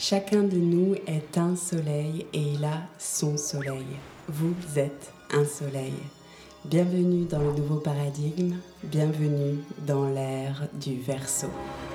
Chacun de nous est un soleil et il a son soleil. Vous êtes un soleil. Bienvenue dans le nouveau paradigme, bienvenue dans l'ère du Verseau.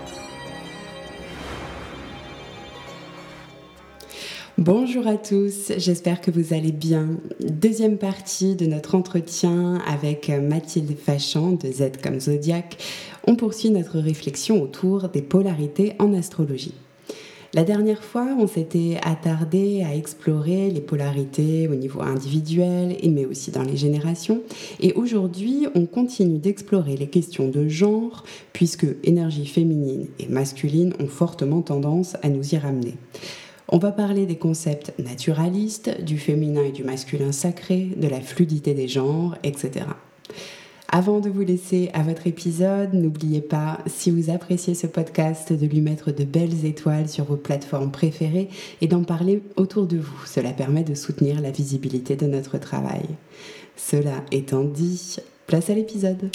Bonjour à tous, j'espère que vous allez bien. Deuxième partie de notre entretien avec Mathilde Fachan de Z comme Zodiac. On poursuit notre réflexion autour des polarités en astrologie. La dernière fois, on s'était attardé à explorer les polarités au niveau individuel, mais aussi dans les générations. Et aujourd'hui, on continue d'explorer les questions de genre, puisque énergie féminine et masculine ont fortement tendance à nous y ramener. On va parler des concepts naturalistes, du féminin et du masculin sacré, de la fluidité des genres, etc. Avant de vous laisser à votre épisode, n'oubliez pas, si vous appréciez ce podcast, de lui mettre de belles étoiles sur vos plateformes préférées et d'en parler autour de vous. Cela permet de soutenir la visibilité de notre travail. Cela étant dit, place à l'épisode.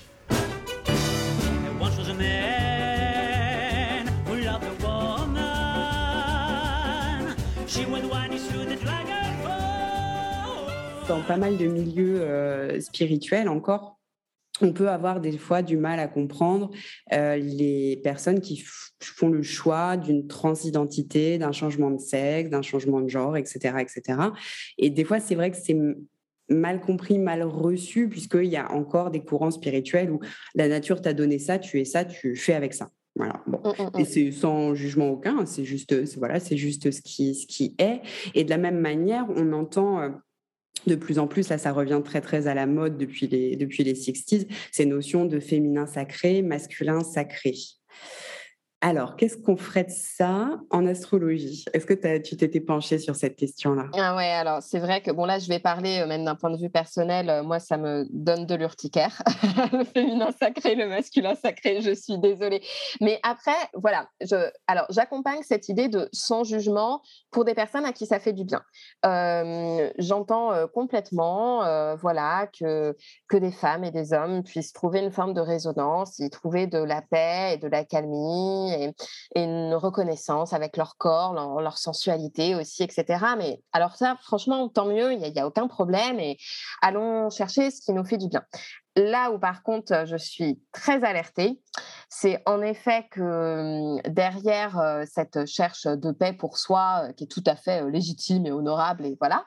Dans pas mal de milieux spirituels encore, on peut avoir des fois du mal à comprendre les personnes qui font le choix d'une transidentité, d'un changement de sexe, d'un changement de genre, etc., etc. Et des fois, c'est vrai que c'est mal compris, mal reçu, puisqu'il y a encore des courants spirituels où la nature t'a donné ça, tu es ça, tu fais avec ça. Voilà. Bon. Et c'est sans jugement aucun, c'est juste ce qui est. Et de la même manière, on entend... de plus en plus, là, ça revient très, très à la mode depuis les 60s, ces notions de féminin sacré, masculin sacré. Alors, qu'est-ce qu'on ferait de ça en astrologie ? Est-ce que tu t'étais penchée sur cette question-là ? Ah ouais, alors c'est vrai que, bon là, je vais parler même d'un point de vue personnel, moi, ça me donne de l'urticaire, le féminin sacré, le masculin sacré, je suis désolée. Mais après, voilà, alors j'accompagne cette idée de sans jugement pour des personnes à qui ça fait du bien. J'entends complètement, voilà, que des femmes et des hommes puissent trouver une forme de résonance, y trouver de la paix et de la calmie et une reconnaissance avec leur corps, leur sensualité aussi, etc. Mais alors ça, franchement, tant mieux, il y a aucun problème et allons chercher ce qui nous fait du bien. Là où, par contre, je suis très alertée, c'est en effet que derrière cette recherche de paix pour soi, qui est tout à fait légitime et honorable, et voilà,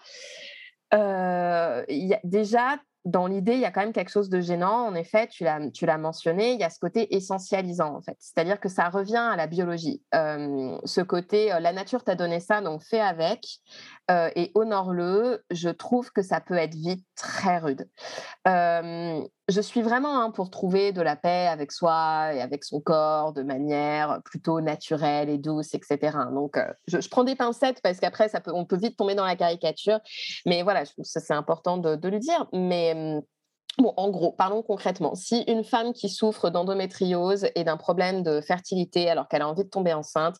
il y a déjà, dans l'idée, il y a quand même quelque chose de gênant. En effet, tu l'as mentionné, il y a ce côté essentialisant, en fait. C'est-à-dire que ça revient à la biologie. Ce côté, la nature t'a donné ça, donc fais avec et honore-le. Je trouve que ça peut être vite très rude. Je suis vraiment pour trouver de la paix avec soi et avec son corps de manière plutôt naturelle et douce, etc. Donc, je prends des pincettes parce qu'après, on peut vite tomber dans la caricature. Mais voilà, je trouve que ça, c'est important de le dire. Mais bon, en gros, parlons concrètement. Si une femme qui souffre d'endométriose et d'un problème de fertilité alors qu'elle a envie de tomber enceinte,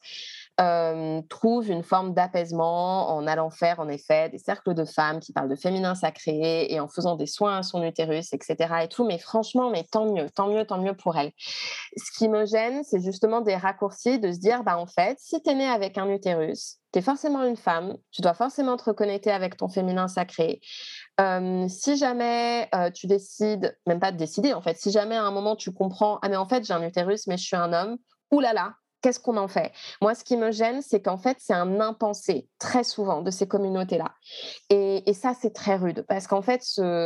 trouve une forme d'apaisement en allant faire en effet des cercles de femmes qui parlent de féminin sacré et en faisant des soins à son utérus, etc. et tout, mais franchement, mais tant mieux, tant mieux, tant mieux pour elle. Ce qui me gêne, c'est justement des raccourcis de se dire, bah en fait, si t'es née avec un utérus, t'es forcément une femme, tu dois forcément te reconnecter avec ton féminin sacré. Si jamais tu décides, même pas de décider en fait, si jamais à un moment tu comprends, ah mais en fait j'ai un utérus mais je suis un homme, oulala, qu'est-ce qu'on en fait? Moi, ce qui me gêne, c'est qu'en fait, c'est un impensé très souvent de ces communautés-là. Et ça, c'est très rude parce qu'en fait,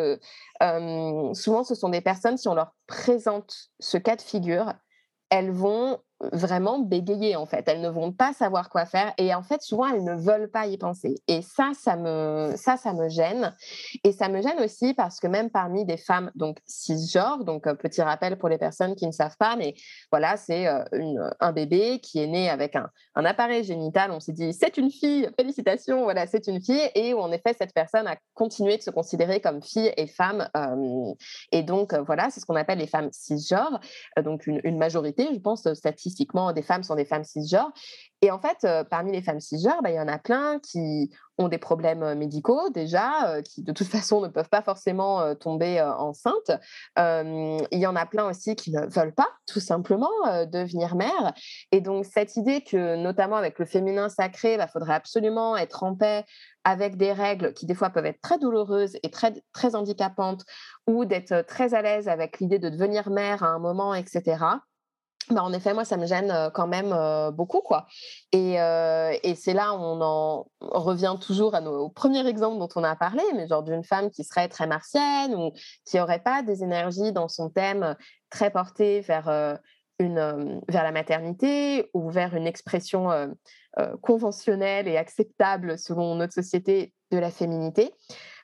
souvent, ce sont des personnes, si on leur présente ce cas de figure, elles vont vraiment bégayer en fait. Elles ne vont pas savoir quoi faire et en fait, souvent, elles ne veulent pas y penser. Et ça me gêne. Et ça me gêne aussi parce que même parmi des femmes donc cisgenres, donc petit rappel pour les personnes qui ne savent pas, mais voilà, c'est un bébé qui est né avec un appareil génital. On s'est dit, c'est une fille, félicitations, voilà, c'est une fille. Et où en effet, cette personne a continué de se considérer comme fille et femme. Et donc, voilà, c'est ce qu'on appelle les femmes cisgenres, donc une majorité, je pense, statistique statistiquement, des femmes sont des femmes cisgenres. Et en fait, parmi les femmes cisgenres, il y en a plein qui ont des problèmes médicaux déjà, qui de toute façon ne peuvent pas forcément tomber enceintes. Il y en a plein aussi qui ne veulent pas tout simplement devenir mère. Et donc cette idée que notamment avec le féminin sacré, il faudrait absolument être en paix avec des règles qui des fois peuvent être très douloureuses et très, très handicapantes, ou d'être très à l'aise avec l'idée de devenir mère à un moment, etc. En effet, moi, ça me gêne quand même beaucoup, quoi. Et c'est là où on en revient toujours au premier exemple dont on a parlé, mais genre d'une femme qui serait très martienne ou qui n'aurait pas des énergies dans son thème très portées vers la maternité ou vers une expression conventionnelle et acceptable selon notre société de la féminité.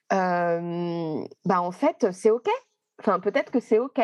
En fait, c'est OK. Enfin, peut-être que c'est OK.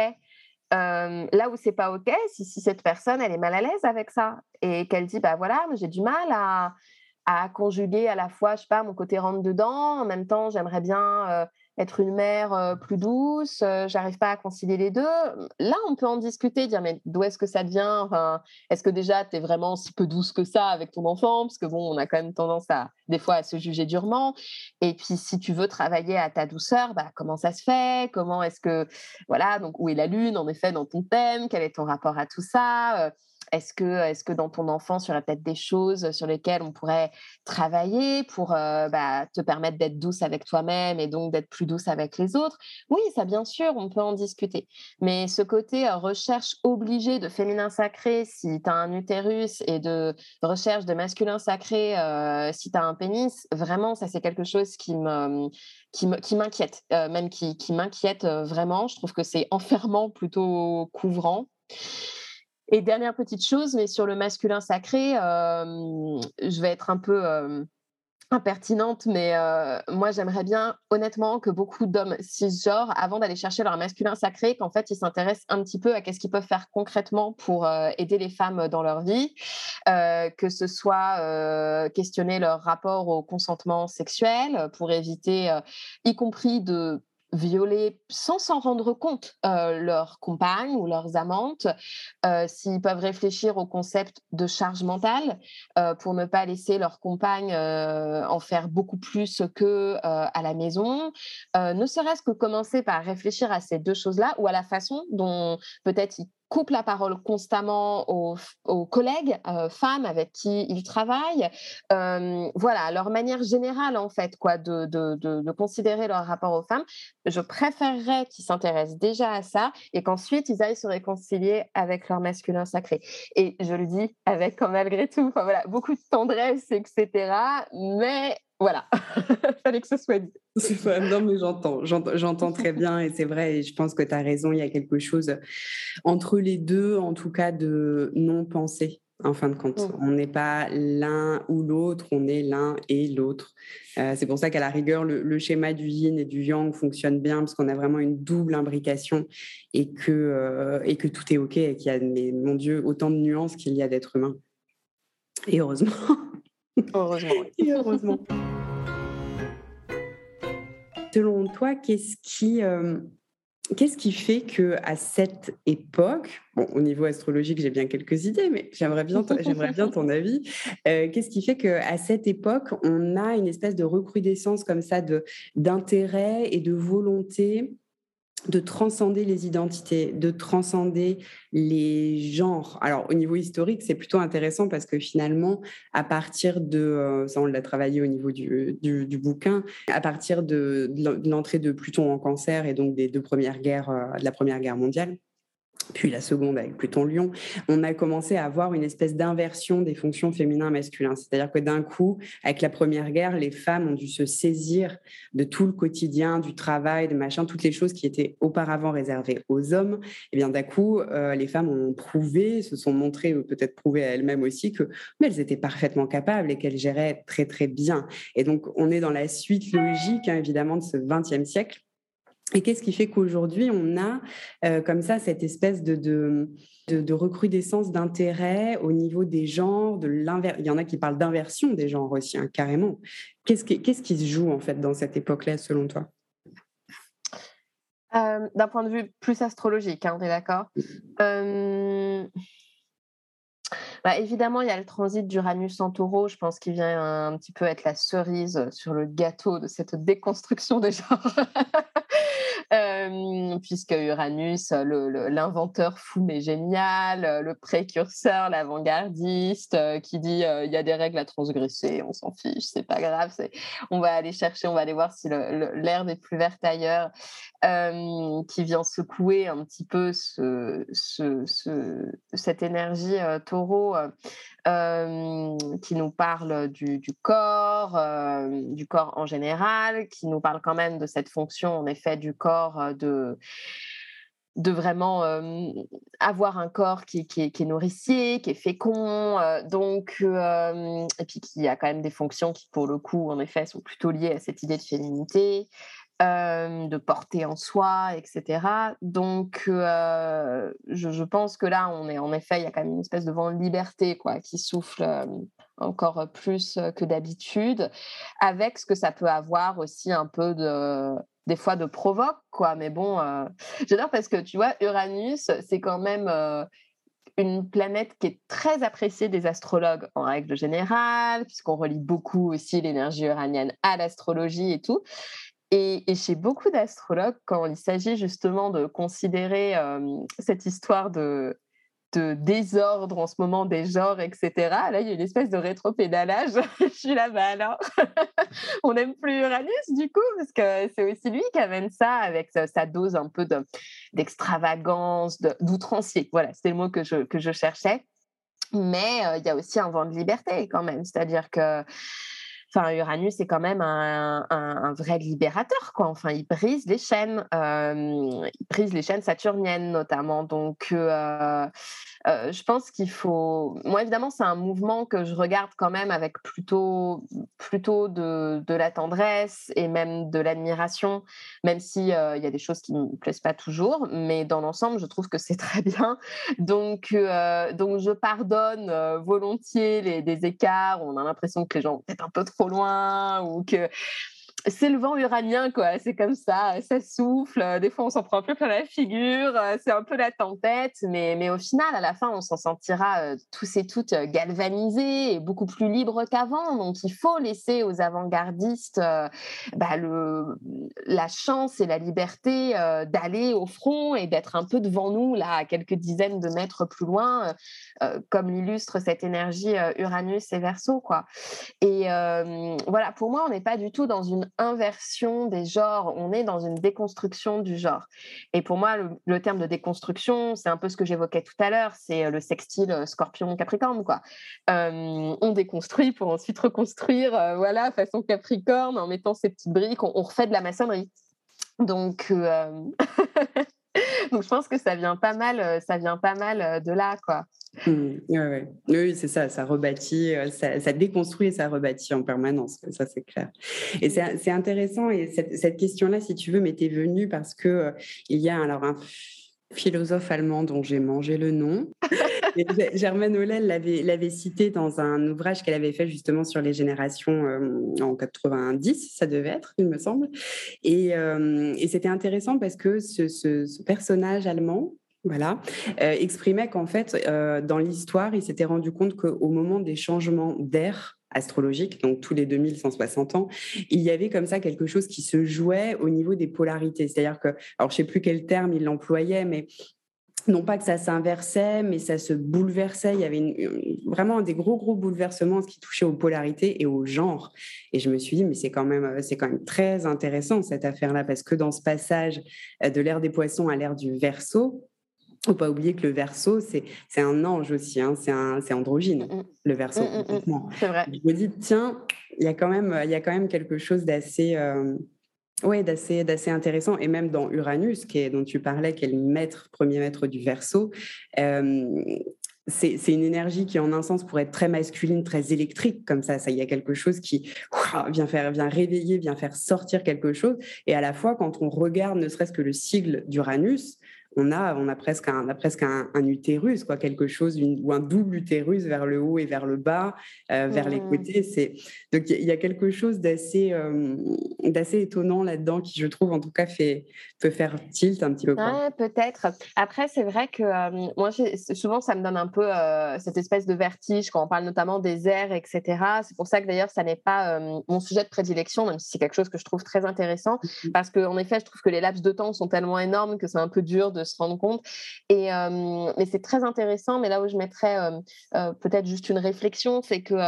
Là où c'est pas OK, si cette personne, elle est mal à l'aise avec ça et qu'elle dit: «Bah, voilà, j'ai du mal à conjuguer à la fois, je sais pas, mon côté rentre dedans, en même temps, j'aimerais bien, être une mère, plus douce, j'arrive pas à concilier les 2. Là, on peut en discuter, dire: «Mais d'où est-ce que ça vient? Enfin, est-ce que déjà tu es vraiment si peu douce que ça avec ton enfant?» Parce que bon, on a quand même tendance à, des fois, à se juger durement. Et puis si tu veux travailler à ta douceur, comment ça se fait? Comment est-ce que voilà, donc où est la lune, en effet, dans ton thème? Quel est ton rapport à tout ça? Est-ce que dans ton enfance, il y aurait peut-être des choses sur lesquelles on pourrait travailler pour te permettre d'être douce avec toi-même et donc d'être plus douce avec les autres? Oui, ça, bien sûr, on peut en discuter. Mais ce côté recherche obligée de féminin sacré si tu as un utérus et de recherche de masculin sacré si tu as un pénis, vraiment, ça, c'est quelque chose qui m'inquiète, même qui m'inquiète vraiment. Je trouve que c'est enfermant plutôt qu'ouvrant. Et dernière petite chose, mais sur le masculin sacré, je vais être un peu impertinente, mais moi, j'aimerais bien, honnêtement, que beaucoup d'hommes cisgenres, avant d'aller chercher leur masculin sacré, qu'en fait, ils s'intéressent un petit peu à qu'est-ce qu'ils peuvent faire concrètement pour aider les femmes dans leur vie, que ce soit questionner leur rapport au consentement sexuel pour éviter, y compris de violer sans s'en rendre compte leurs compagnes ou leurs amantes, s'ils peuvent réfléchir au concept de charge mentale pour ne pas laisser leur compagne en faire beaucoup plus que à la maison. Ne serait-ce que commencer par réfléchir à ces deux choses-là ou à la façon dont peut-être ils coupent la parole constamment aux collègues femmes avec qui ils travaillent. Voilà, leur manière générale en fait quoi, de considérer leur rapport aux femmes. Je préférerais qu'ils s'intéressent déjà à ça et qu'ensuite ils aillent se réconcilier avec leur masculin sacré. Et je le dis avec malgré tout, enfin, voilà, beaucoup de tendresse, etc. Mais voilà, fallait que ce soit dit. Non, mais j'entends très bien et c'est vrai, et je pense que tu as raison, il y a quelque chose entre les deux, en tout cas, de non-pensée. En fin de compte, on n'est pas l'un ou l'autre, on est l'un et l'autre. C'est pour ça qu'à la rigueur, le schéma du yin et du yang fonctionne bien parce qu'on a vraiment une double imbrication et que tout est OK et qu'il y a, mais, mon Dieu, autant de nuances qu'il y a d'êtres humains. Et heureusement. Heureusement, oui. Et heureusement. Selon toi, qu'est-ce qui fait qu'à cette époque, bon, au niveau astrologique, j'ai bien quelques idées, mais j'aimerais bien ton avis. Qu'est-ce qui fait qu'à cette époque, on a une espèce de recrudescence comme ça d'intérêt et de volonté de transcender les identités, de transcender les genres. Alors, au niveau historique, c'est plutôt intéressant parce que finalement, à partir ça on l'a travaillé au niveau du bouquin, à partir de l'entrée de Pluton en Cancer et donc des deux premières guerres, de la Première Guerre mondiale, puis la seconde avec Pluton-Lion, on a commencé à avoir une espèce d'inversion des fonctions féminin-masculin. C'est-à-dire que d'un coup, avec la Première Guerre, les femmes ont dû se saisir de tout le quotidien, du travail, de machin, toutes les choses qui étaient auparavant réservées aux hommes. Et bien d'un coup, les femmes ont prouvé, se sont montrées, peut-être prouvé à elles-mêmes aussi, mais elles étaient parfaitement capables et qu'elles géraient très très bien. Et donc, on est dans la suite logique, évidemment, de ce XXe siècle. Et qu'est-ce qui fait qu'aujourd'hui, on a comme ça cette espèce de recrudescence d'intérêt au niveau des genres, il y en a qui parlent d'inversion des genres aussi, carrément. Qu'est-ce qui se joue en fait dans cette époque-là, selon toi? D'un point de vue plus astrologique, tu es d'accord? Bah, évidemment, il y a le transit d'Uranus en Taureau, je pense qu'il vient un petit peu être la cerise sur le gâteau de cette déconstruction des genres. Puisque Uranus, l'inventeur fou mais génial, le précurseur, l'avant-gardiste, qui dit, il y a des règles à transgresser, on s'en fiche, c'est pas grave, on va aller chercher, on va aller voir si l'herbe est plus verte ailleurs, qui vient secouer un petit peu cette énergie taureau, qui nous parle du corps en général, qui nous parle quand même de cette fonction, en effet, du corps, de vraiment avoir un corps qui est nourricier, qui est fécond, et puis qui a quand même des fonctions qui, pour le coup, en effet, sont plutôt liées à cette idée de féminité, de porter en soi, etc. Donc, je pense que là, on est en effet, il y a quand même une espèce de vent de liberté, quoi, qui souffle encore plus que d'habitude, avec ce que ça peut avoir aussi un peu des fois de provoque, quoi. Mais bon, j'adore parce que tu vois, Uranus, c'est quand même une planète qui est très appréciée des astrologues en règle générale, puisqu'on relie beaucoup aussi l'énergie uranienne à l'astrologie et tout. Et chez beaucoup d'astrologues, quand il s'agit justement de considérer cette histoire de désordre en ce moment des genres, etc., là, il y a une espèce de rétropédalage. Je suis là, bah alors, on n'aime plus Uranus du coup, parce que c'est aussi lui qui amène ça avec sa dose un peu d'extravagance, d'outrancier. Voilà, c'était le mot que je cherchais. Mais il y a aussi un vent de liberté quand même, c'est-à-dire que enfin, Uranus est quand même un vrai libérateur, quoi. Enfin, il brise les chaînes saturniennes notamment. Donc, je pense qu'il faut. Moi, évidemment, c'est un mouvement que je regarde quand même avec plutôt de la tendresse et même de l'admiration, même si il y a des choses qui ne me plaisent pas toujours. Mais dans l'ensemble, je trouve que c'est très bien. Donc je pardonne volontiers des écarts où on a l'impression que les gens vont peut-être un peu trop loin ou que c'est le vent uranien, quoi. C'est comme ça souffle. Des fois, on s'en prend un peu plein la figure. C'est un peu la tempête, mais au final, à la fin, on s'en sentira tous et toutes galvanisés et beaucoup plus libres qu'avant. Donc, il faut laisser aux avant-gardistes la chance et la liberté d'aller au front et d'être un peu devant nous, là, à quelques dizaines de mètres plus loin, comme l'illustre cette énergie Uranus et Verseau, quoi. Et voilà, pour moi, on n'est pas du tout dans une inversion des genres, on est dans une déconstruction du genre. Et pour moi, le terme de déconstruction, c'est un peu ce que j'évoquais tout à l'heure, c'est le sextile Scorpion-Capricorne, quoi. On déconstruit pour ensuite reconstruire, voilà, façon Capricorne, en mettant ces petites briques, on refait de la maçonnerie. Donc, donc je pense que ça vient pas mal de là, quoi. Ouais. Oui, c'est ça, ça rebâtit, ça déconstruit et ça rebâtit en permanence, ça c'est clair. Et c'est intéressant, et cette question-là, si tu veux, m'était venue parce que il y a alors un philosophe allemand dont j'ai mangé le nom. Et Germaine Hollel l'avait cité dans un ouvrage qu'elle avait fait justement sur les générations en 90, ça devait être, il me semble. Et c'était intéressant parce que ce personnage allemand, voilà, exprimait qu'en fait, dans l'histoire, il s'était rendu compte qu'au moment des changements d'ère astrologique, donc tous les 2160 ans, il y avait comme ça quelque chose qui se jouait au niveau des polarités. C'est-à-dire que, alors je ne sais plus quel terme il employait, mais non pas que ça s'inversait, mais ça se bouleversait. Il y avait vraiment des gros bouleversements en ce qui touchait aux polarités et au genre. Et je me suis dit, mais c'est quand même très intéressant cette affaire-là, parce que dans ce passage de l'ère des Poissons à l'ère du Verseau, il ne faut pas oublier que le Verseau, c'est un ange aussi, hein, c'est androgyne, le Verseau, complètement. C'est vrai. Je me dis, tiens, il y a quand même quelque chose d'assez... Oui, d'assez intéressant. Et même dans Uranus, dont tu parlais, qui est le premier maître du Verseau, c'est une énergie qui, en un sens, pourrait être très masculine, très électrique, comme ça. Il y a quelque chose qui vient réveiller, vient faire sortir quelque chose. Et à la fois, quand on regarde ne serait-ce que le sigle d'Uranus, on a presque un utérus, quoi, quelque chose, ou un double utérus vers le haut et vers le bas, vers les côtés. Donc il y a quelque chose d'assez étonnant là-dedans qui, je trouve, en tout cas, peut faire tilt un petit peu. Ouais, peut-être. Après, c'est vrai que moi, souvent, ça me donne un peu cette espèce de vertige quand on parle notamment des airs, etc. C'est pour ça que d'ailleurs, ça n'est pas mon sujet de prédilection, même si c'est quelque chose que je trouve très intéressant, parce qu'en effet, je trouve que les laps de temps sont tellement énormes que c'est un peu dur de se rendre compte. Mais c'est très intéressant. Mais là où je mettrais peut-être juste une réflexion, c'est que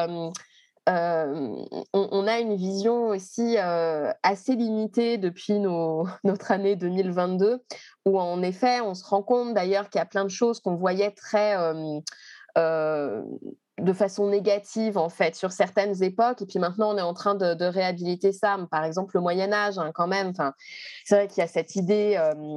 on a une vision aussi assez limitée depuis notre année 2022, où en effet, on se rend compte d'ailleurs qu'il y a plein de choses qu'on voyait très euh, de façon négative en fait sur certaines époques, et puis maintenant on est en train de réhabiliter ça. Par exemple, le Moyen-Âge, hein, quand même. Enfin, c'est vrai qu'il y a cette idée,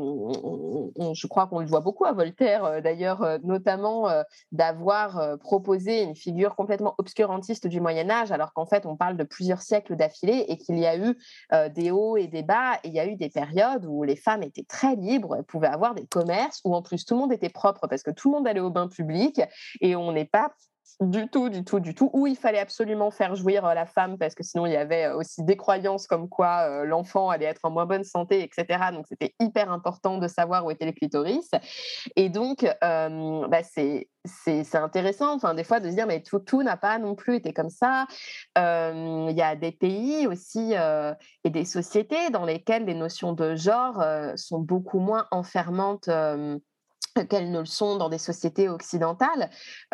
je crois qu'on le voit beaucoup à Voltaire d'ailleurs, notamment d'avoir proposé une figure complètement obscurantiste du Moyen-Âge, alors qu'en fait on parle de plusieurs siècles d'affilée et qu'il y a eu des hauts et des bas, et il y a eu des périodes où les femmes étaient très libres, elles pouvaient avoir des commerces où en plus tout le monde était propre parce que tout le monde allait au bain public, et on n'est pas du tout, où il fallait absolument faire jouir la femme parce que sinon il y avait aussi des croyances comme quoi l'enfant allait être en moins bonne santé, etc. Donc c'était hyper important de savoir où étaient les clitoris. Et donc c'est intéressant, enfin, des fois, de se dire mais tout n'a pas non plus été comme ça. Il y a des pays aussi et des sociétés dans lesquelles les notions de genre sont beaucoup moins enfermantes qu'elles ne le sont dans des sociétés occidentales.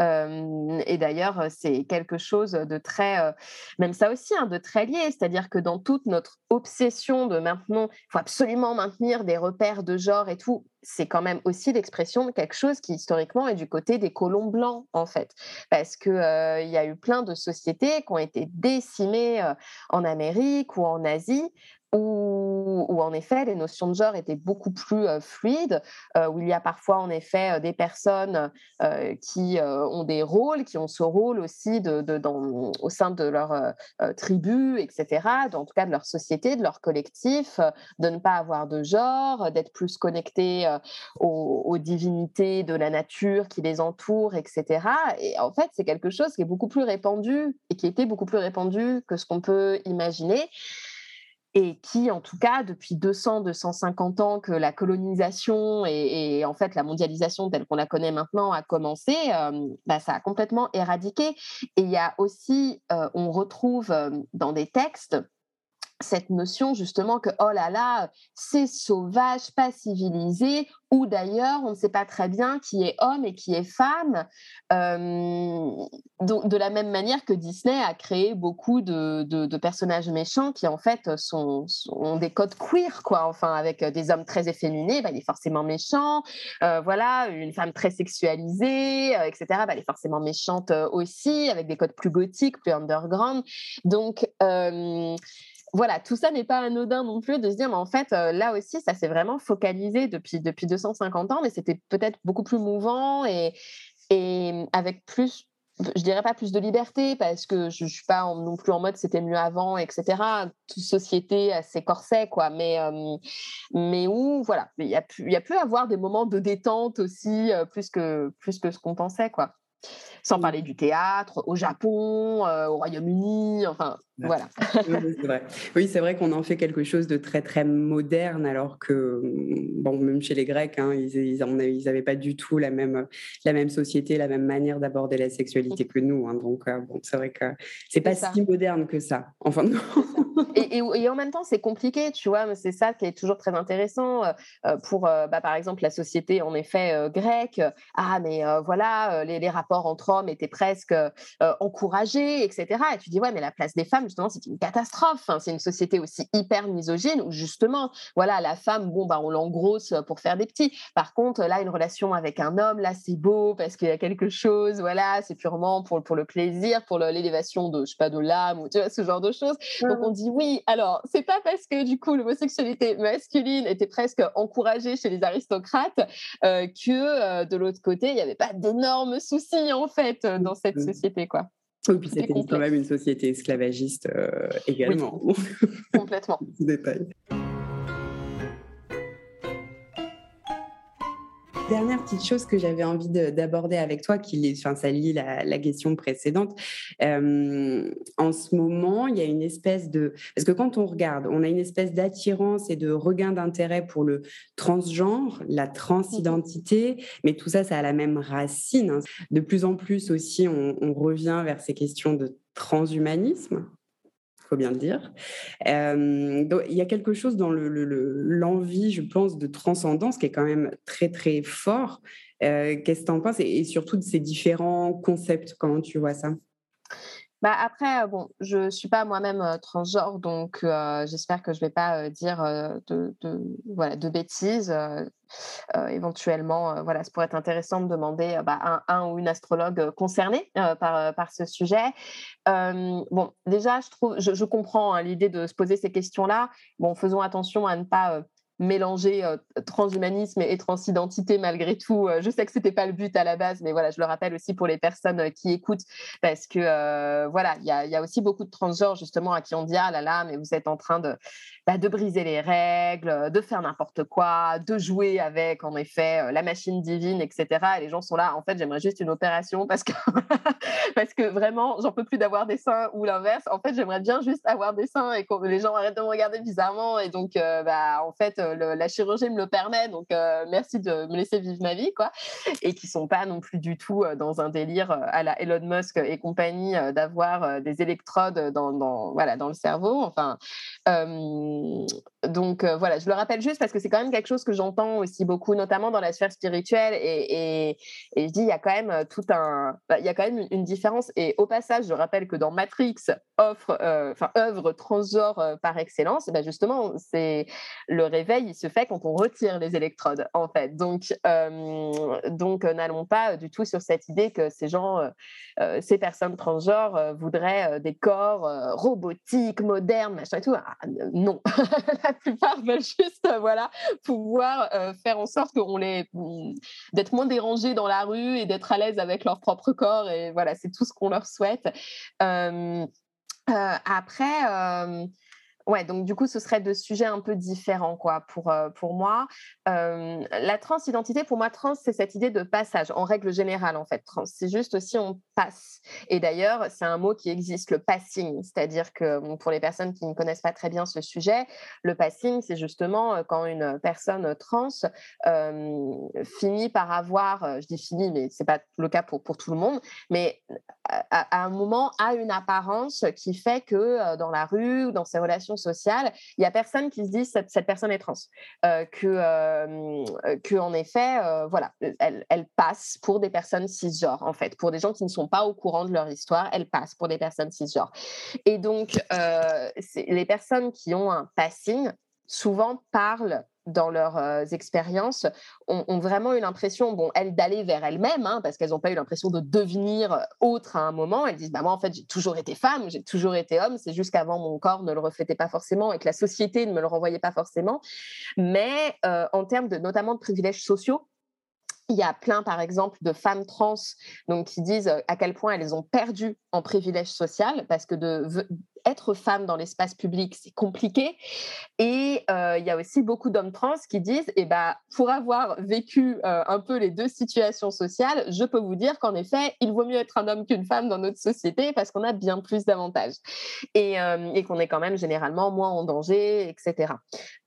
Et d'ailleurs, c'est quelque chose de très, même ça aussi, hein, de très lié. C'est-à-dire que dans toute notre obsession de maintenant, il faut absolument maintenir des repères de genre et tout, c'est quand même aussi l'expression de quelque chose qui, historiquement, est du côté des colons blancs, en fait. Parce qu'il y a eu plein de sociétés qui ont été décimées en Amérique ou en Asie, où en effet, les notions de genre étaient beaucoup plus fluides, où il y a parfois en effet des personnes qui ont des rôles, qui ont ce rôle aussi au sein de leur tribu, etc., en tout cas de leur société, de leur collectif, de ne pas avoir de genre, d'être plus connectés aux divinités de la nature qui les entourent, etc. Et en fait, c'est quelque chose qui est beaucoup plus répandu et qui était beaucoup plus répandu que ce qu'on peut imaginer. Et qui, en tout cas, depuis 200-250 ans que la colonisation et en fait la mondialisation telle qu'on la connaît maintenant a commencé, ça a complètement éradiqué. Et il y a aussi, on retrouve dans des textes cette notion justement que, oh là là, c'est sauvage, pas civilisé, ou d'ailleurs, on ne sait pas très bien qui est homme et qui est femme. Donc, de la même manière que Disney a créé beaucoup de personnages méchants qui, en fait, ont des codes queer, quoi. Enfin, avec des hommes très efféminés, il est forcément méchant. Voilà, une femme très sexualisée, etc., elle est forcément méchante aussi, avec des codes plus gothiques, plus underground. Donc, voilà, tout ça n'est pas anodin non plus de se dire, mais en fait, là aussi, ça s'est vraiment focalisé depuis 250 ans, mais c'était peut-être beaucoup plus mouvant et avec plus, je dirais pas plus de liberté, parce que je suis pas non plus en mode c'était mieux avant, etc. Toute société a ses corsets, quoi, mais où, voilà, il y a pu avoir des moments de détente aussi, plus que ce qu'on pensait, quoi. Sans parler du théâtre, au Japon, au Royaume-Uni, enfin, voilà. Oui, c'est vrai. Oui, c'est vrai qu'on en fait quelque chose de très, très moderne, alors que, bon, même chez les Grecs, hein, ils n'avaient pas du tout la même société, la même manière d'aborder la sexualité que nous. Hein, donc, bon, c'est vrai que c'est pas si moderne que ça, en fin de compte. Et en même temps, c'est compliqué, tu vois, mais c'est ça qui est toujours très intéressant pour, par exemple, la société, en effet, grecque. Mais voilà, les rapports entre hommes étaient presque encouragés, etc. Et tu dis, ouais, mais la place des femmes, justement, c'est une catastrophe. Hein. C'est une société aussi hyper misogyne où, justement, voilà, la femme, bon, on l'engrosse pour faire des petits. Par contre, là, une relation avec un homme, là, c'est beau parce qu'il y a quelque chose, voilà, c'est purement pour le plaisir, pour l'élévation de, je sais pas, de l'âme, ou tu vois, ce genre de choses. Donc, on dit oui. Alors, c'est pas parce que du coup l'homosexualité masculine était presque encouragée chez les aristocrates que de l'autre côté, il n'y avait pas d'énormes soucis en fait dans cette société, quoi. Oui, puis c'était quand même une société esclavagiste également. Oui, complètement. Détail. Dernière petite chose que j'avais envie d'aborder avec toi, ça lie la question précédente. En ce moment, il y a une espèce de... Parce que quand on regarde, on a une espèce d'attirance et de regain d'intérêt pour le transgenre, la transidentité, mais tout ça, ça a la même racine, hein. De plus en plus aussi, on revient vers ces questions de transhumanisme, il faut bien le dire. Donc, il y a quelque chose dans l'envie, je pense, de transcendance qui est quand même très, très fort. Qu'est-ce que tu en penses et surtout de ces différents concepts, comment tu vois ça? Bah, après, bon, je suis pas moi-même, transgenre, donc j'espère que je vais pas, dire, voilà, de bêtises, éventuellement, voilà, ça pourrait être intéressant de demander, bah, un ou une astrologue, concernée, par ce sujet. Bon, déjà, je comprends, hein, l'idée de se poser ces questions-là. Bon, faisons attention à ne pas, mélanger, transhumanisme et transidentité malgré tout. Je sais que c'était pas le but à la base, mais voilà, je le rappelle aussi pour les personnes, qui écoutent parce que, voilà, il y a aussi beaucoup de transgenres justement à qui on dit: «Ah là là, mais vous êtes en train de briser les règles, de faire n'importe quoi, de jouer avec en effet, la machine divine et cetera» et les gens sont là: «En fait, j'aimerais juste une opération parce que parce que vraiment, j'en peux plus d'avoir des seins ou l'inverse. En fait, j'aimerais bien juste avoir des seins et que les gens arrêtent de me regarder bizarrement. Et donc, bah, en fait, la chirurgie me le permet. Donc, merci de me laisser vivre ma vie, quoi. Et qui sont pas non plus du tout dans un délire à la Elon Musk et compagnie d'avoir des électrodes voilà, dans le cerveau. Enfin, donc voilà, je le rappelle juste parce que c'est quand même quelque chose que j'entends aussi beaucoup, notamment dans la sphère spirituelle. Et je dis, il y a quand même il y a quand même une différence. Et au passage, je rappelle que dans Matrix, œuvre transgenre par excellence, ben justement, c'est le réveil, il se fait quand on retire les électrodes, en fait. Donc n'allons pas du tout sur cette idée que ces gens, ces personnes transgenres voudraient des corps robotiques, modernes, machin et tout. Ah, non, la plupart veulent juste, voilà, pouvoir faire en sorte d'être moins dérangés dans la rue et d'être à l'aise avec leur propre corps. Et voilà, c'est tout ce qu'on leur souhaite. Euh, Après, ouais, donc du coup, ce serait 2 sujets un peu différents, quoi, pour moi. La transidentité, pour moi, trans, c'est cette idée de passage, en règle générale, en fait, trans. C'est juste aussi on passe. Et d'ailleurs, c'est un mot qui existe, le passing. C'est-à-dire que, bon, pour les personnes qui ne connaissent pas très bien ce sujet, le passing, c'est justement, quand une personne trans, finit par avoir, je dis finit, mais c'est pas le cas pour tout le monde, mais à un moment a une apparence qui fait que dans la rue ou dans ses relations sociales, il y a personne qui se dit cette personne est trans, que en effet, voilà, elle passe pour des personnes cisgenres en fait, pour des gens qui ne sont pas au courant de leur histoire, elle passe pour des personnes cisgenres. Et donc, les personnes qui ont un passing souvent parlent dans leurs expériences, ont vraiment eu l'impression, bon, elles, d'aller vers elles-mêmes, hein, parce qu'elles n'ont pas eu l'impression de devenir autre à un moment. Elles disent, bah, moi, en fait, j'ai toujours été femme, j'ai toujours été homme, c'est juste qu'avant, mon corps ne le reflétait pas forcément et que la société ne me le renvoyait pas forcément. Mais en termes notamment de privilèges sociaux, il y a plein, par exemple, de femmes trans donc, qui disent à quel point elles ont perdu en privilège social parce que être femme dans l'espace public, c'est compliqué. Et il y a aussi beaucoup d'hommes trans qui disent, eh ben, pour avoir vécu un peu les deux situations sociales, je peux vous dire qu'en effet, il vaut mieux être un homme qu'une femme dans notre société parce qu'on a bien plus d'avantages et qu'on est quand même généralement moins en danger, etc.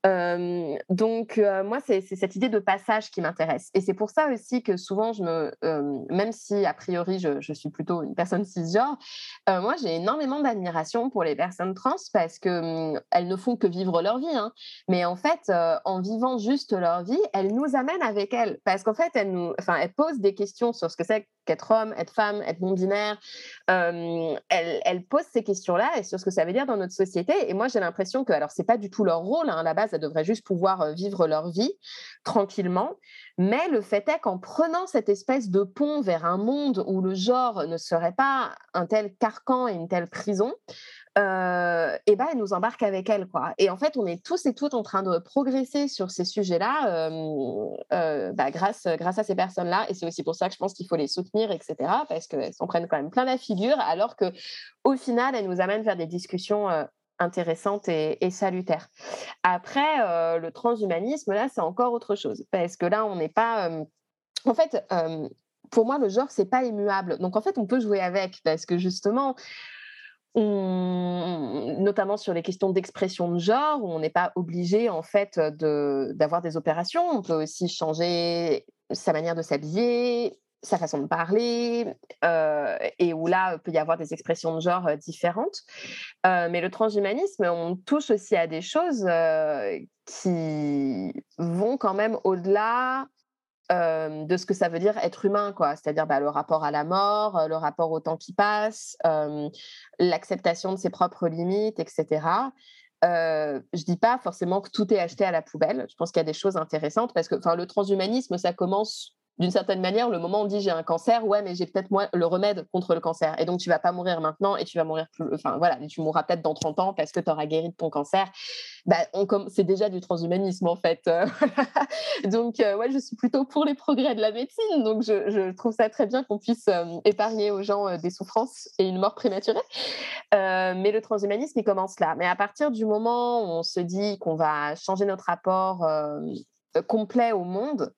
Donc, moi, c'est cette idée de passage qui m'intéresse. Et c'est pour ça aussi que souvent, même si a priori, je suis plutôt une personne cisgenre, moi, j'ai énormément d'admiration pour les personnes trans parce qu'elles ne font que vivre leur vie. Hein. Mais en fait, en vivant juste leur vie, elles nous amènent avec elles. Parce qu'en fait, elles posent des questions sur ce que c'est qu'être homme, être femme, être non-binaire. Elles posent ces questions-là et sur ce que ça veut dire dans notre société. Et moi, j'ai l'impression que, alors, c'est pas du tout leur rôle, hein, à la base, elles devraient juste pouvoir vivre leur vie tranquillement. Mais le fait est qu'en prenant cette espèce de pont vers un monde où le genre ne serait pas un tel carcan et une telle prison, et ben, elle nous embarque avec elle, quoi. Et en fait, on est tous et toutes en train de progresser sur ces sujets-là grâce à ces personnes-là. Et c'est aussi pour ça que je pense qu'il faut les soutenir, etc., parce qu'elles s'en prennent quand même plein la figure, alors qu'au final, elles nous amènent vers des discussions intéressantes et salutaires. Après, le transhumanisme, là, c'est encore autre chose, parce que là, on n'est pas En fait, pour moi, le genre, c'est pas immuable. Donc en fait, on peut jouer avec parce que justement, notamment sur les questions d'expression de genre, où on n'est pas obligé en fait d'avoir des opérations. On peut aussi changer sa manière de s'habiller, sa façon de parler, et où là, il peut y avoir des expressions de genre différentes. Mais le transhumanisme, on touche aussi à des choses qui vont quand même au-delà de ce que ça veut dire être humain, quoi. C'est-à-dire, bah, le rapport à la mort, le rapport au temps qui passe, l'acceptation de ses propres limites, et cetera. Je dis pas forcément que tout est acheté à la poubelle. Je pense qu'il y a des choses intéressantes parce que, enfin, le transhumanisme, ça commence d'une certaine manière le moment où on dit: «J'ai un cancer», ouais, mais j'ai peut-être moi le remède contre le cancer et donc tu vas pas mourir maintenant et tu vas mourir plus enfin, voilà, tu mourras peut-être dans 30 ans parce que tu auras guéri de ton cancer. Bah, c'est déjà du transhumanisme, en fait, donc ouais, je suis plutôt pour les progrès de la médecine, donc je trouve ça très bien qu'on puisse, épargner aux gens, des souffrances et une mort prématurée. Mais le transhumanisme, il commence là. Mais à partir du moment où on se dit qu'on va changer notre rapport, complet au monde,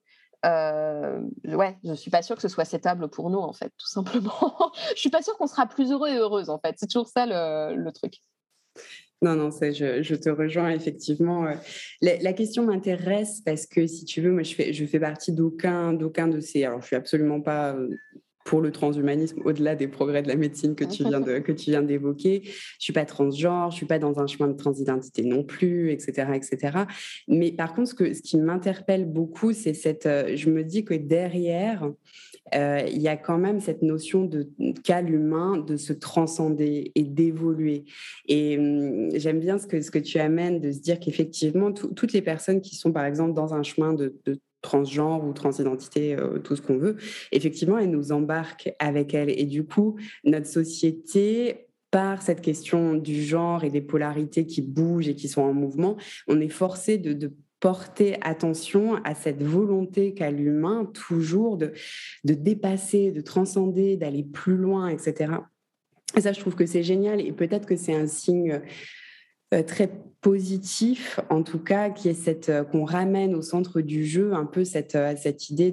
ouais, je suis pas sûre que ce soit acceptable pour nous, en fait, tout simplement. Je suis pas sûre qu'on sera plus heureux et heureuse, en fait. C'est toujours ça le truc. Non, non, je te rejoins effectivement. La question m'intéresse parce que si tu veux, moi je fais partie d'aucun de ces. Alors je suis absolument pas pour le transhumanisme au-delà des progrès de la médecine que tu viens d'évoquer. Je suis pas transgenre, je suis pas dans un chemin de transidentité non plus, etc., etc. Mais par contre, ce qui m'interpelle beaucoup, c'est je me dis que derrière il y a quand même cette notion qu'a l'humain de se transcender et d'évoluer. Et j'aime bien ce que tu amènes, de se dire qu'effectivement, toutes les personnes qui sont, par exemple, dans un chemin de transgenre ou transidentité, tout ce qu'on veut, effectivement, elles nous embarquent avec elles. Et du coup, notre société, par cette question du genre et des polarités qui bougent et qui sont en mouvement, on est forcé de porter attention à cette volonté qu'a l'humain toujours de dépasser, de transcender, d'aller plus loin, etc. Et ça, je trouve que c'est génial et peut-être que c'est un signe très positif, en tout cas, qui est qu'on ramène au centre du jeu un peu cette idée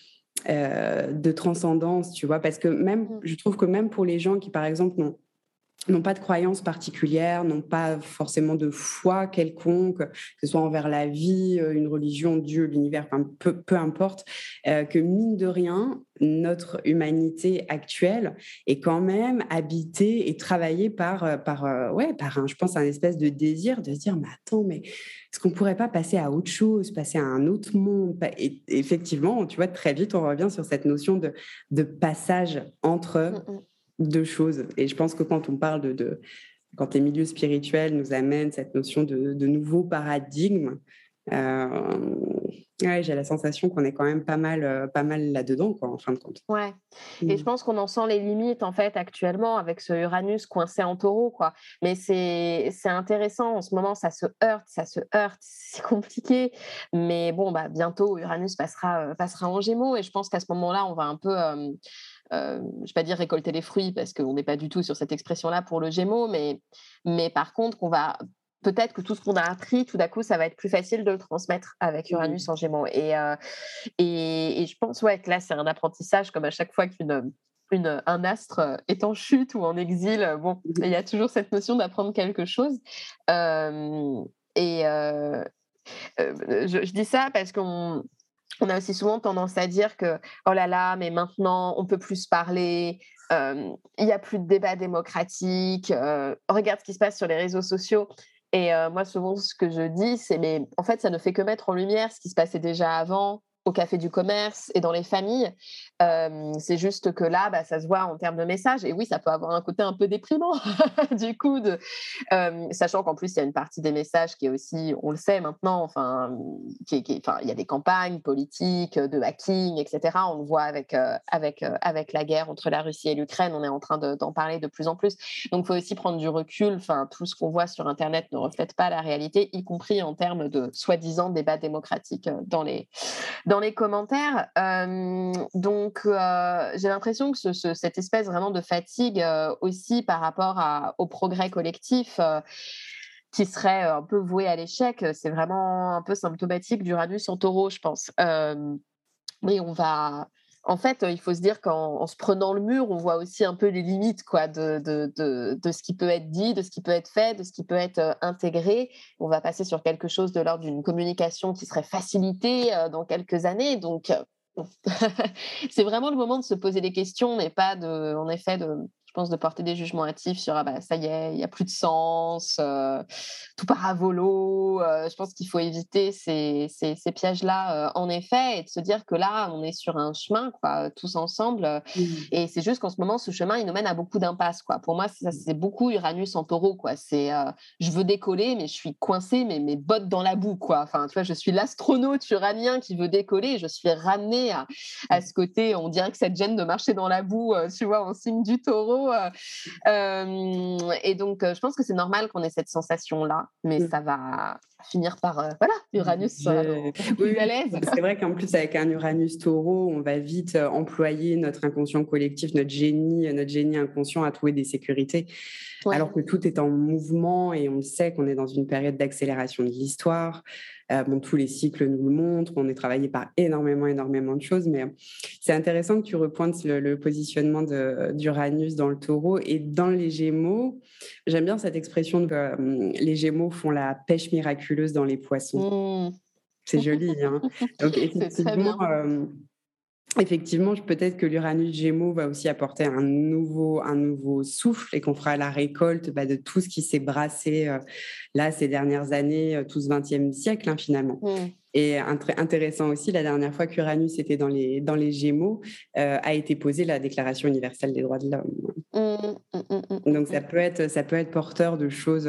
de transcendance, tu vois, parce que même, je trouve que même pour les gens qui, par exemple, n'ont pas de croyances particulières, n'ont pas forcément de foi quelconque, que ce soit envers la vie, une religion, Dieu, l'univers, enfin, peu importe, que mine de rien, notre humanité actuelle est quand même habitée et travaillée par je pense, un espèce de désir de se dire, mais attends, mais est-ce qu'on ne pourrait pas passer à autre chose, passer à un autre monde? Et effectivement, tu vois, très vite, on revient sur cette notion de passage entre Mmh mh. deux choses. Et je pense que quand on parle quand les milieux spirituels nous amènent cette notion de nouveau paradigme, euh, ouais, j'ai la sensation qu'on est quand même pas mal là-dedans, quoi, en fin de compte. Ouais, et Mm. je pense qu'on en sent les limites, en fait, actuellement avec ce Uranus coincé en Taureau, quoi. Mais c'est intéressant en ce moment, ça se heurte, c'est compliqué. Mais bon, bah, bientôt Uranus passera en Gémeaux et je pense qu'à ce moment-là, on va un peu, je vais pas dire récolter les fruits parce qu'on n'est pas du tout sur cette expression-là pour le Gémeaux, mais par contre qu'on va peut-être que tout ce qu'on a appris, tout d'un coup, ça va être plus facile de le transmettre avec Uranus Mm. en Gémeaux et je pense, ouais, que là, c'est un apprentissage comme à chaque fois un astre est en chute ou en exil, bon, il y a toujours cette notion d'apprendre quelque chose. Hem et je dis ça parce qu'on a aussi souvent tendance à dire que: «Oh là là, mais maintenant on peut plus se parler, il y a plus de débat démocratique, regarde ce qui se passe sur les réseaux sociaux» et moi souvent ce que je dis c'est: «Mais en fait ça ne fait que mettre en lumière ce qui se passait déjà avant, au café du commerce et dans les familles». C'est juste que là, bah, ça se voit en termes de messages et oui, ça peut avoir un côté un peu déprimant du coup sachant qu'en plus, il y a une partie des messages qui est aussi, on le sait maintenant, enfin, enfin, il y a des campagnes politiques, de hacking, etc. On le voit avec la guerre entre la Russie et l'Ukraine, on est en train d'en parler de plus en plus. Donc, il faut aussi prendre du recul. Enfin, tout ce qu'on voit sur Internet ne reflète pas la réalité, y compris en termes de soi-disant débat démocratique dans les commentaires. Donc, j'ai l'impression que cette espèce vraiment de fatigue aussi par rapport au progrès collectif qui serait un peu voué à l'échec, c'est vraiment un peu symptomatique d'Uranus en taureau, je pense. Mais en fait, il faut se dire qu'en se prenant le mur, on voit aussi un peu les limites quoi, de ce qui peut être dit, de ce qui peut être fait, de ce qui peut être intégré. On va passer sur quelque chose de l'ordre d'une communication qui serait facilitée dans quelques années. Donc, c'est vraiment le moment de se poser des questions, mais pas en effet, je pense, de porter des jugements hâtifs sur ah bah ça y est, il n'y a plus de sens, tout part à volo. Je pense qu'il faut éviter ces pièges-là, en effet, et de se dire que là, on est sur un chemin, quoi, tous ensemble. Mmh. Et c'est juste qu'en ce moment, ce chemin, il nous mène à beaucoup d'impasses, quoi. Pour moi, c'est beaucoup Uranus en taureau, quoi. Je veux décoller, mais je suis coincée, mes bottes dans la boue, quoi. Enfin, tu vois, je suis l'astronaute uranien qui veut décoller, et je suis ramenée à ce côté, on dirait que ça te gêne de marcher dans la boue, tu vois, en signe du taureau. Et donc, je pense que c'est normal qu'on ait cette sensation-là, mais Mmh. ça va finir par, voilà, Uranus sera Oui, plus à oui, l'aise. c'est vrai qu'en plus, avec un Uranus taureau, on va vite employer notre inconscient collectif, notre génie inconscient à trouver des sécurités, Ouais. alors que tout est en mouvement et on sait qu'on est dans une période d'accélération de l'histoire. Bon, tous les cycles nous le montrent, on est travaillé par énormément de choses, mais c'est intéressant que tu repointes le positionnement d'Uranus dans le taureau et dans les Gémeaux. J'aime bien cette expression que les Gémeaux font la pêche miraculeuse dans les poissons. Mmh. C'est joli, hein. Donc C'est très bien. effectivement, peut-être que l'Uranus Gémeaux va aussi apporter un nouveau souffle et qu'on fera la récolte, bah, de tout ce qui s'est brassé, là, ces dernières années, tout ce 20e siècle, hein, finalement. Mmh. Et intéressant aussi, la dernière fois qu'Uranus était dans les Gémeaux, a été posée la Déclaration universelle des droits de l'homme. Mmh. Mmh, mmh, mmh, mmh, Donc mmh. ça peut être porteur de choses,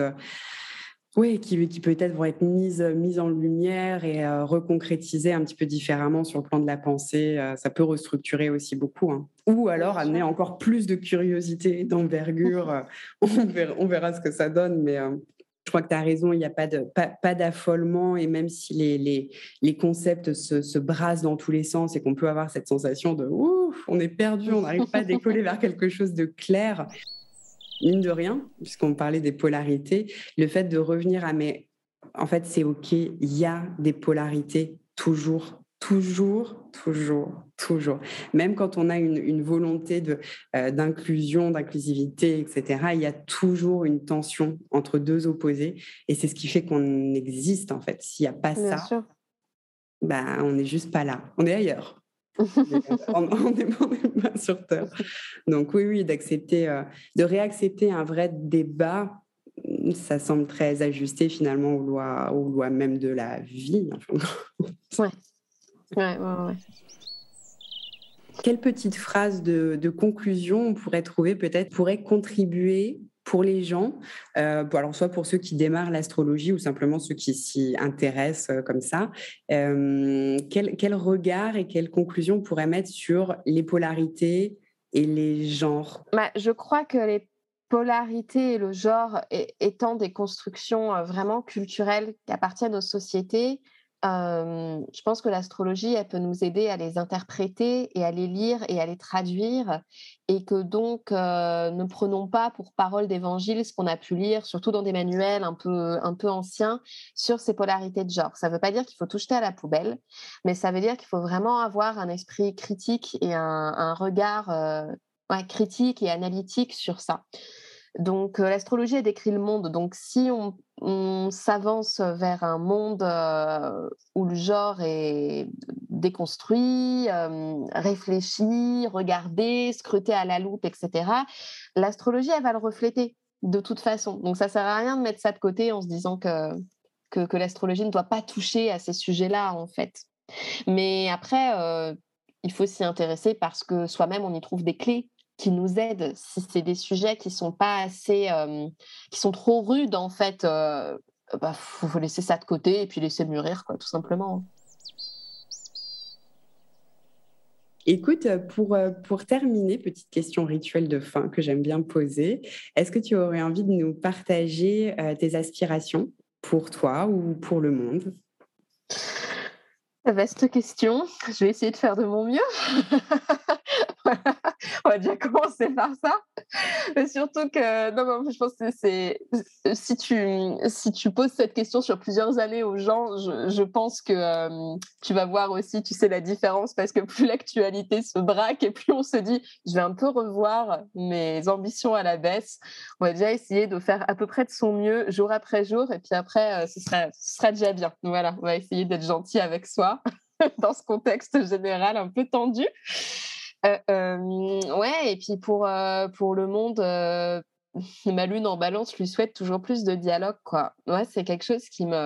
oui, qui peut-être vont être mises en lumière et reconcrétisées un petit peu différemment sur le plan de la pensée. Ça peut restructurer aussi beaucoup, hein. Ou alors Bien amener sûr. encore plus de curiosité, d'envergure. On verra ce que ça donne, mais je crois que tu as raison, il n'y a pas d'affolement et même si les concepts se brassent dans tous les sens et qu'on peut avoir cette sensation de ouf, on est perdu, on n'arrive pas à décoller vers quelque chose de clair. Mine de rien, puisqu'on parlait des polarités, le fait de revenir à mais en fait, c'est OK, il y a des polarités toujours, toujours, toujours, toujours. Même quand on a une volonté d'inclusion, d'inclusivité, et cetera, il y a toujours une tension entre 2 opposés et c'est ce qui fait qu'on existe, en fait. S'il y a pas Bien ça, sûr. bah, on n'est juste pas là. On est ailleurs, mais on est pas sur terre. Donc oui, oui, de réaccepter un vrai débat, ça semble très ajusté finalement aux lois même de la vie. Enfin. Ouais. Ouais, ouais, ouais. Quelle petite phrase de conclusion on pourrait trouver peut-être pourrait contribuer pour les gens, alors soit pour ceux qui démarrent l'astrologie ou simplement ceux qui s'y intéressent comme ça, quel regard et quelle conclusion on pourrait mettre sur les polarités et les genres? Bah, je crois que les polarités et le genre étant des constructions vraiment culturelles qui appartiennent aux sociétés, je pense que l'astrologie, elle peut nous aider à les interpréter et à les lire et à les traduire, et que donc ne prenons pas pour parole d'évangile ce qu'on a pu lire, surtout dans des manuels un peu anciens, sur ces polarités de genre. Ça ne veut pas dire qu'il faut tout jeter à la poubelle, mais ça veut dire qu'il faut vraiment avoir un esprit critique et un regard ouais, critique et analytique sur ça. Donc, l'astrologie, elle décrit le monde. Donc, si on s'avance vers un monde où le genre est déconstruit, réfléchi, regardé, scruté à la loupe, etc., l'astrologie, elle va le refléter de toute façon. Donc, ça sert à rien de mettre ça de côté en se disant que l'astrologie ne doit pas toucher à ces sujets-là, en fait. Mais après, il faut s'y intéresser parce que soi-même, on y trouve des clés qui nous aident. Si c'est des sujets qui sont pas assez, qui sont trop rudes en fait, bah, faut laisser ça de côté et puis laisser mûrir quoi, tout simplement. Écoute, pour terminer, petite question rituelle de fin que j'aime bien poser. Est-ce que tu aurais envie de nous partager, tes aspirations pour toi ou pour le monde? Vaste question, je vais essayer de faire de mon mieux. On va déjà commencer par ça. Mais surtout que, non, je pense que si tu poses cette question sur plusieurs années aux gens, je pense que tu vas voir aussi, tu sais, la différence, parce que plus l'actualité se braque et plus on se dit, je vais un peu revoir mes ambitions à la baisse. On va déjà essayer de faire à peu près de son mieux jour après jour, et puis après, ce sera déjà bien. Donc voilà, on va essayer d'être gentil avec soi dans ce contexte général un peu tendu. Ouais, et puis pour le monde, ma lune en Balance lui souhaite toujours plus de dialogue, quoi. Ouais, c'est quelque chose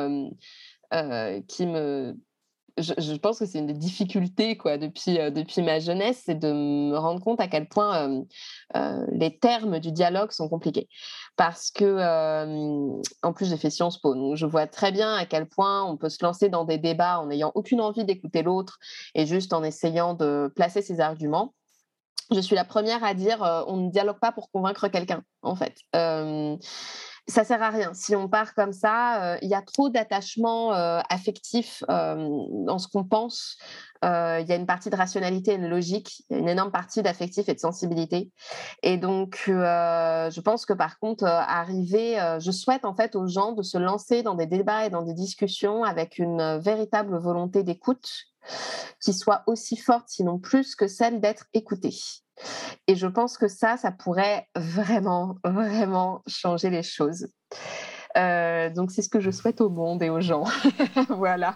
qui me je pense que c'est une des difficultés, quoi, depuis ma jeunesse, c'est de me rendre compte à quel point, les termes du dialogue sont compliqués. Parce que, en plus, j'ai fait Sciences Po, donc je vois très bien à quel point on peut se lancer dans des débats en n'ayant aucune envie d'écouter l'autre et juste en essayant de placer ses arguments. Je suis la première à dire, on ne dialogue pas pour convaincre quelqu'un, en fait. Ça sert à rien. Si on part comme ça, il y a trop d'attachement affectif dans ce qu'on pense. Il y a une partie de rationalité et de logique, il y a une énorme partie d'affectif et de sensibilité. Et donc, je pense que par contre, je souhaite en fait aux gens de se lancer dans des débats et dans des discussions avec une véritable volonté d'écoute qui soit aussi forte, sinon plus, que celle d'être écoutée. Et je pense que ça pourrait vraiment, vraiment changer les choses. Donc c'est ce que je souhaite au monde et aux gens. Voilà.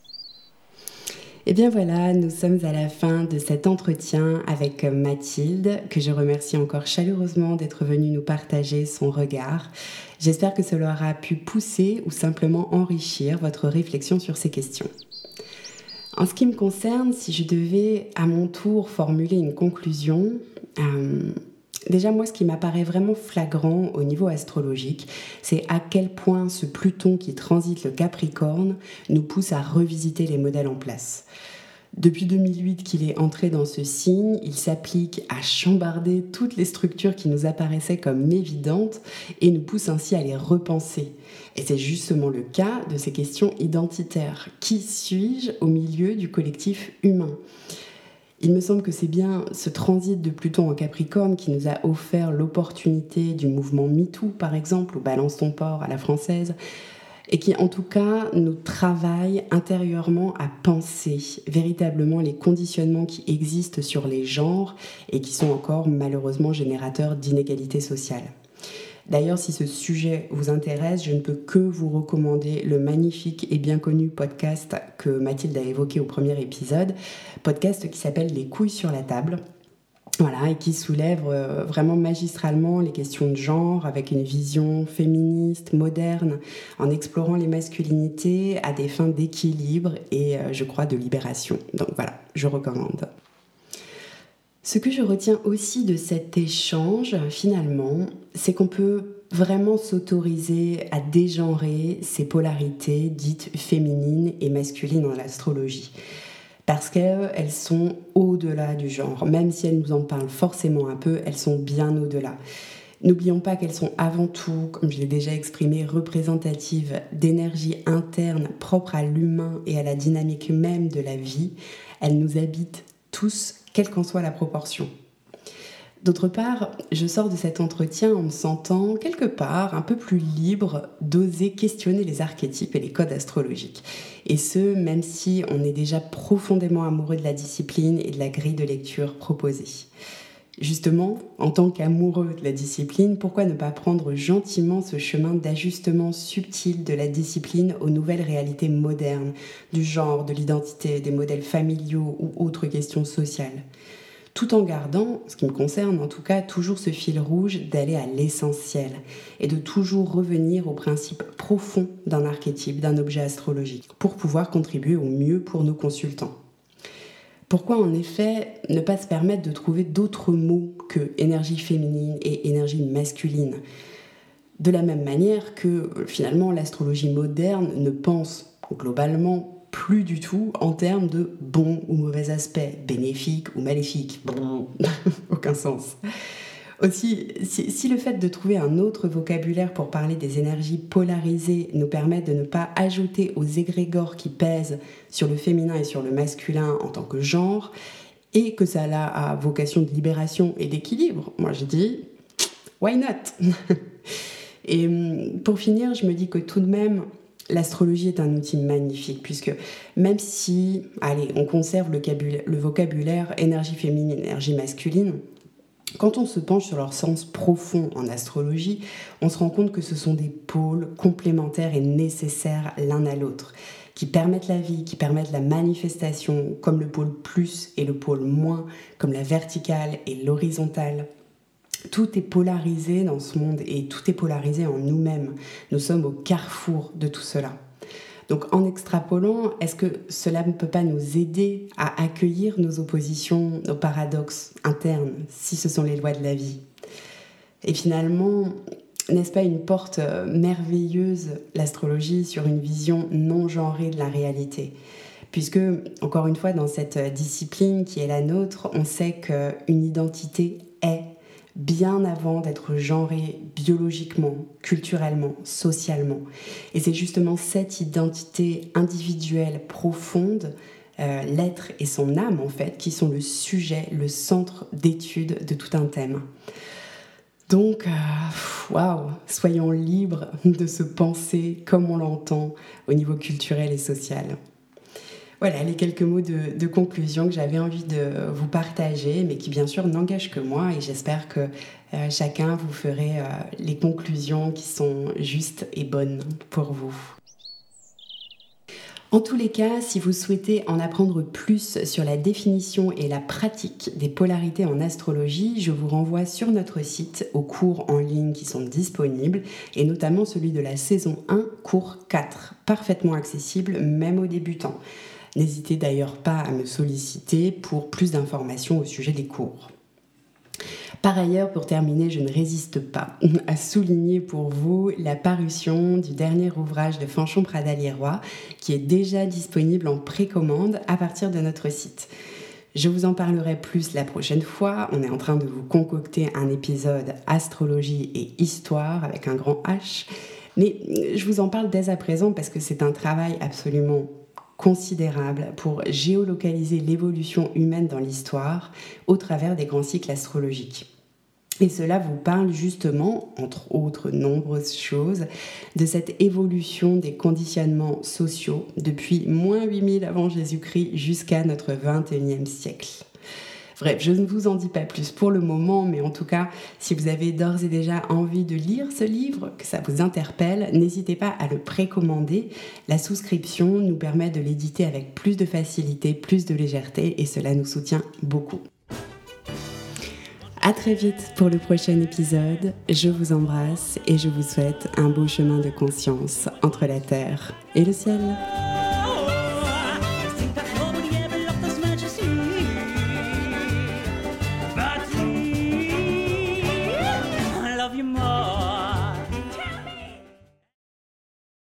Et bien voilà, nous sommes à la fin de cet entretien avec Mathilde, que je remercie encore chaleureusement d'être venue nous partager son regard. J'espère que cela aura pu pousser ou simplement enrichir votre réflexion sur ces questions. En ce qui me concerne, si je devais à mon tour formuler une conclusion, déjà moi ce qui m'apparaît vraiment flagrant au niveau astrologique, c'est à quel point ce Pluton qui transite le Capricorne nous pousse à revisiter les modèles en place. Depuis 2008 qu'il est entré dans ce signe, il s'applique à chambarder toutes les structures qui nous apparaissaient comme évidentes et nous pousse ainsi à les repenser. Et c'est justement le cas de ces questions identitaires. Qui suis-je au milieu du collectif humain ? Il me semble que c'est bien ce transit de Pluton en Capricorne qui nous a offert l'opportunité du mouvement MeToo, par exemple, ou Balance ton porc à la française, et qui en tout cas nous travaille intérieurement à penser véritablement les conditionnements qui existent sur les genres et qui sont encore malheureusement générateurs d'inégalités sociales. D'ailleurs, si ce sujet vous intéresse, je ne peux que vous recommander le magnifique et bien connu podcast que Mathilde a évoqué au premier épisode, podcast qui s'appelle « Les couilles sur la table ». Voilà, et qui soulève vraiment magistralement les questions de genre avec une vision féministe, moderne, en explorant les masculinités à des fins d'équilibre et, je crois, de libération. Donc voilà, je recommande. Ce que je retiens aussi de cet échange, finalement, c'est qu'on peut vraiment s'autoriser à dégenrer ces polarités dites féminines et masculines dans l'astrologie. Parce qu'elles sont au-delà du genre. Même si elles nous en parlent forcément un peu, elles sont bien au-delà. N'oublions pas qu'elles sont avant tout, comme je l'ai déjà exprimé, représentatives d'énergie interne propre à l'humain et à la dynamique même de la vie. Elles nous habitent tous, quelle qu'en soit la proportion. D'autre part, je sors de cet entretien en me sentant quelque part un peu plus libre d'oser questionner les archétypes et les codes astrologiques. Et ce, même si on est déjà profondément amoureux de la discipline et de la grille de lecture proposée. Justement, en tant qu'amoureux de la discipline, pourquoi ne pas prendre gentiment ce chemin d'ajustement subtil de la discipline aux nouvelles réalités modernes, du genre, de l'identité, des modèles familiaux ou autres questions sociales ? Tout en gardant, ce qui me concerne en tout cas, toujours ce fil rouge d'aller à l'essentiel et de toujours revenir au principe profond d'un archétype, d'un objet astrologique, pour pouvoir contribuer au mieux pour nos consultants. Pourquoi en effet ne pas se permettre de trouver d'autres mots que énergie féminine et énergie masculine ? De la même manière que finalement l'astrologie moderne ne pense globalement plus du tout en termes de bon ou mauvais aspect, bénéfique ou maléfique. Bon, aucun sens. Aussi, si le fait de trouver un autre vocabulaire pour parler des énergies polarisées nous permet de ne pas ajouter aux égrégores qui pèsent sur le féminin et sur le masculin en tant que genre, et que ça a vocation de libération et d'équilibre, moi je dis why not. Et pour finir, je me dis que tout de même, l'astrologie est un outil magnifique, puisque même si, on conserve le vocabulaire énergie féminine, énergie masculine, quand on se penche sur leur sens profond en astrologie, on se rend compte que ce sont des pôles complémentaires et nécessaires l'un à l'autre, qui permettent la vie, qui permettent la manifestation, comme le pôle plus et le pôle moins, comme la verticale et l'horizontale. Tout est polarisé dans ce monde et tout est polarisé en nous-mêmes. Nous sommes au carrefour de tout cela. Donc en extrapolant, est-ce que cela ne peut pas nous aider à accueillir nos oppositions, nos paradoxes internes, si ce sont les lois de la vie ? Et finalement, n'est-ce pas une porte merveilleuse, l'astrologie, sur une vision non genrée de la réalité ? Puisque, encore une fois, dans cette discipline qui est la nôtre, on sait qu'une identité est bien avant d'être genrée biologiquement, culturellement, socialement. Et c'est justement cette identité individuelle profonde, l'être et son âme en fait, qui sont le sujet, le centre d'étude de tout un thème. Donc, soyons libres de se penser comme on l'entend au niveau culturel et social. Voilà les quelques mots de conclusion que j'avais envie de vous partager, mais qui bien sûr n'engagent que moi, et j'espère que chacun vous ferez les conclusions qui sont justes et bonnes pour vous. En tous les cas, si vous souhaitez en apprendre plus sur la définition et la pratique des polarités en astrologie, je vous renvoie sur notre site aux cours en ligne qui sont disponibles, et notamment celui de la saison 1, cours 4, parfaitement accessible même aux débutants. N'hésitez d'ailleurs pas à me solliciter pour plus d'informations au sujet des cours. Par ailleurs, pour terminer, je ne résiste pas à souligner pour vous la parution du dernier ouvrage de Fanchon Pradaliérois qui est déjà disponible en précommande à partir de notre site. Je vous en parlerai plus la prochaine fois. On est en train de vous concocter un épisode astrologie et histoire avec un grand H. Mais je vous en parle dès à présent parce que c'est un travail absolument considérable pour géolocaliser l'évolution humaine dans l'histoire au travers des grands cycles astrologiques. Et cela vous parle justement, entre autres nombreuses choses, de cette évolution des conditionnements sociaux depuis moins 8000 avant Jésus-Christ jusqu'à notre 21e siècle. Bref, je ne vous en dis pas plus pour le moment, mais en tout cas, si vous avez d'ores et déjà envie de lire ce livre, que ça vous interpelle, n'hésitez pas à le précommander. La souscription nous permet de l'éditer avec plus de facilité, plus de légèreté, et cela nous soutient beaucoup. À très vite pour le prochain épisode. Je vous embrasse et je vous souhaite un beau chemin de conscience entre la terre et le ciel.